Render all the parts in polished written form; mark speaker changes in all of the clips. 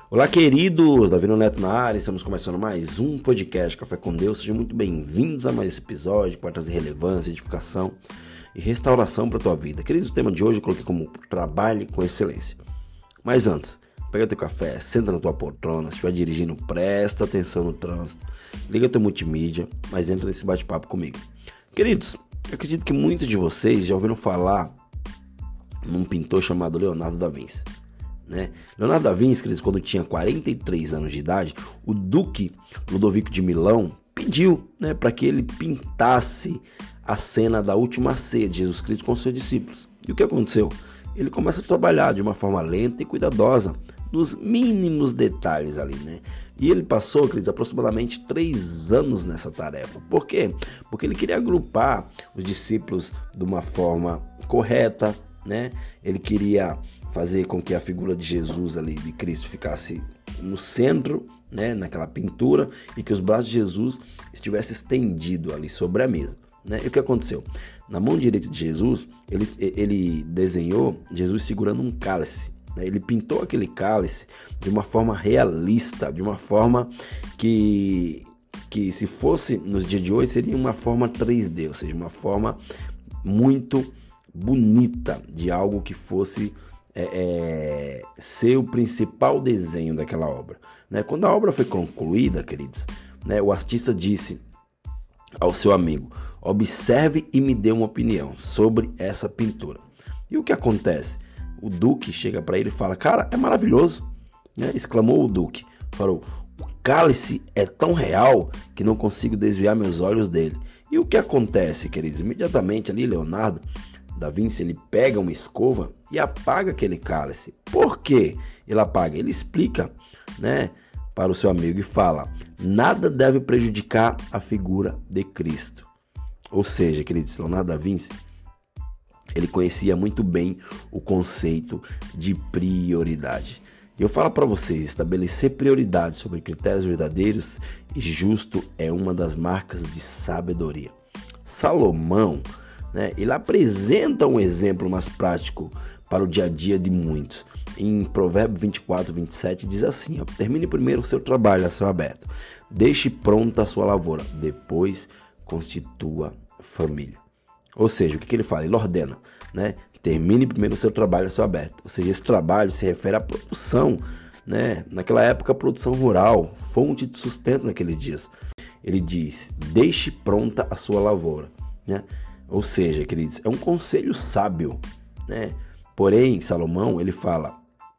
Speaker 1: Olá, queridos, Davi Neto na área, estamos começando mais um podcast Café com Deus. Sejam muito bem-vindos a mais esse episódio que vai trazer relevância, edificação e restauração para a tua vida. Queridos, o tema de hoje eu coloquei como trabalhe com excelência. Mas antes, pega teu café, senta na tua poltrona, se estiver dirigindo, presta atenção no trânsito, liga teu multimídia, mas entra nesse bate-papo comigo. Queridos, eu acredito que muitos de vocês já ouviram falar num pintor chamado Leonardo da Vinci. Leonardo da Vinci, quando tinha 43 anos de idade, o Duque Ludovico de Milão pediu para que ele pintasse a cena da última ceia de Jesus Cristo com seus discípulos. E o que aconteceu? Ele começa a trabalhar de uma forma lenta e cuidadosa, nos mínimos detalhes ali, E ele passou, aproximadamente 3 anos nessa tarefa. Por quê? Porque ele queria agrupar os discípulos de uma forma correta, Ele queria fazer com que a figura de Jesus ali, de Cristo, ficasse no centro, naquela pintura, e que os braços de Jesus estivessem estendidos ali sobre a mesa. E o que aconteceu? Na mão direita de Jesus, ele desenhou Jesus segurando um cálice. Ele pintou aquele cálice de uma forma realista, de uma forma que se fosse nos dias de hoje, seria uma forma 3D, ou seja, uma forma muito bonita de algo que fosse ser o principal desenho daquela obra. Quando a obra foi concluída, queridos, o artista disse ao seu amigo: observe e me dê uma opinião sobre essa pintura. E o que acontece? O Duque chega para ele e fala: cara, é maravilhoso, exclamou o Duque. Falou: o cálice é tão real que não consigo desviar meus olhos dele. E o que acontece, queridos? Imediatamente ali, Leonardo da Vinci, ele pega uma escova e apaga aquele cálice. Por que ele apaga? Ele explica, para o seu amigo e fala: nada deve prejudicar a figura de Cristo. Ou seja, queridos, Leonardo da Vinci, ele conhecia muito bem o conceito de prioridade. E eu falo para vocês, estabelecer prioridades sobre critérios verdadeiros e justos é uma das marcas de sabedoria. Salomão, ele apresenta um exemplo mais prático para o dia a dia de muitos. Em Provérbios 24, 27 diz assim: termine primeiro o seu trabalho a céu aberto, deixe pronta a sua lavoura, depois constitua família. Ou seja, o que ele fala? Ele ordena, termine primeiro o seu trabalho a céu aberto. Ou seja, esse trabalho se refere à produção, naquela época a produção rural, fonte de sustento naqueles dias. Ele diz: deixe pronta a sua lavoura, Ou seja, queridos, é um conselho sábio, Porém, Salomão, ele fala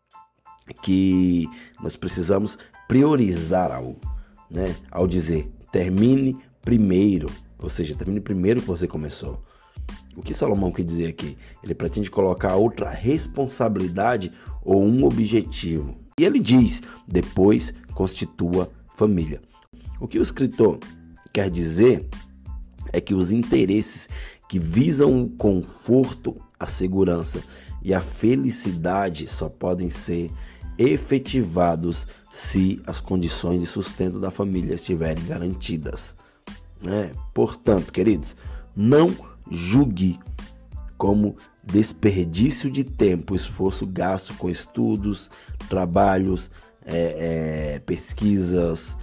Speaker 1: que nós precisamos priorizar algo, Ao dizer, termine primeiro, ou seja, termine primeiro que você começou. O que Salomão quer dizer aqui? Ele pretende colocar outra responsabilidade ou um objetivo. E ele diz, depois constitua família. O que o escritor quer dizer é que os interesses que visam o conforto, a segurança e a felicidade só podem ser efetivados se as condições de sustento da família estiverem garantidas. Portanto, queridos, não julgue como desperdício de tempo o esforço gasto com estudos, trabalhos, pesquisas,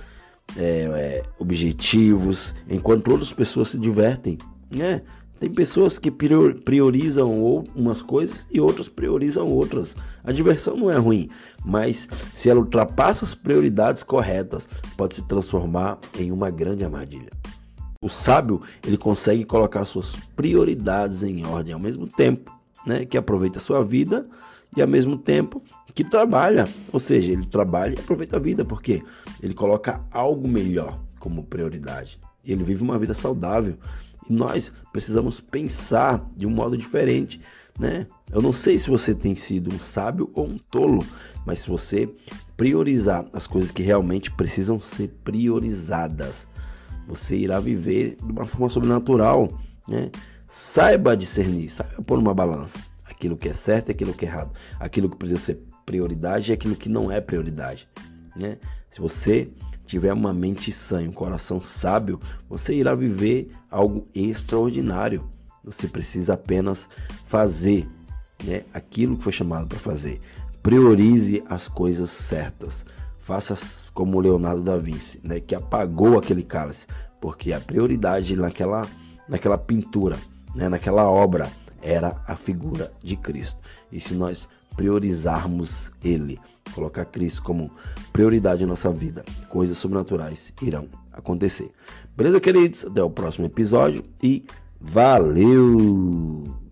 Speaker 1: objetivos, enquanto outras pessoas se divertem. Tem pessoas que priorizam umas coisas e outras priorizam outras. A diversão não é ruim, mas se ela ultrapassa as prioridades corretas, pode se transformar em uma grande armadilha. O sábio, ele consegue colocar suas prioridades em ordem ao mesmo tempo, que aproveita a sua vida e ao mesmo tempo que trabalha. Ou seja, ele trabalha e aproveita a vida, porque ele coloca algo melhor como prioridade. Ele vive uma vida saudável. E nós precisamos pensar de um modo diferente, Eu não sei se você tem sido um sábio ou um tolo, mas se você priorizar as coisas que realmente precisam ser priorizadas, você irá viver de uma forma sobrenatural, Saiba discernir, saiba pôr numa balança aquilo que é certo e aquilo que é errado, aquilo que precisa ser prioridade e aquilo que não é prioridade, Se você tiver uma mente sã e um coração sábio, você irá viver algo extraordinário. Você precisa apenas fazer aquilo que foi chamado para fazer. priorize as coisas certas. Faça como Leonardo da Vinci, né, que apagou aquele cálice, porque a prioridade naquela pintura, né, naquela obra, era a figura de Cristo. E se nós priorizarmos Ele, colocar Cristo como prioridade em nossa vida, coisas sobrenaturais irão acontecer. Beleza, queridos? Até o próximo episódio e valeu!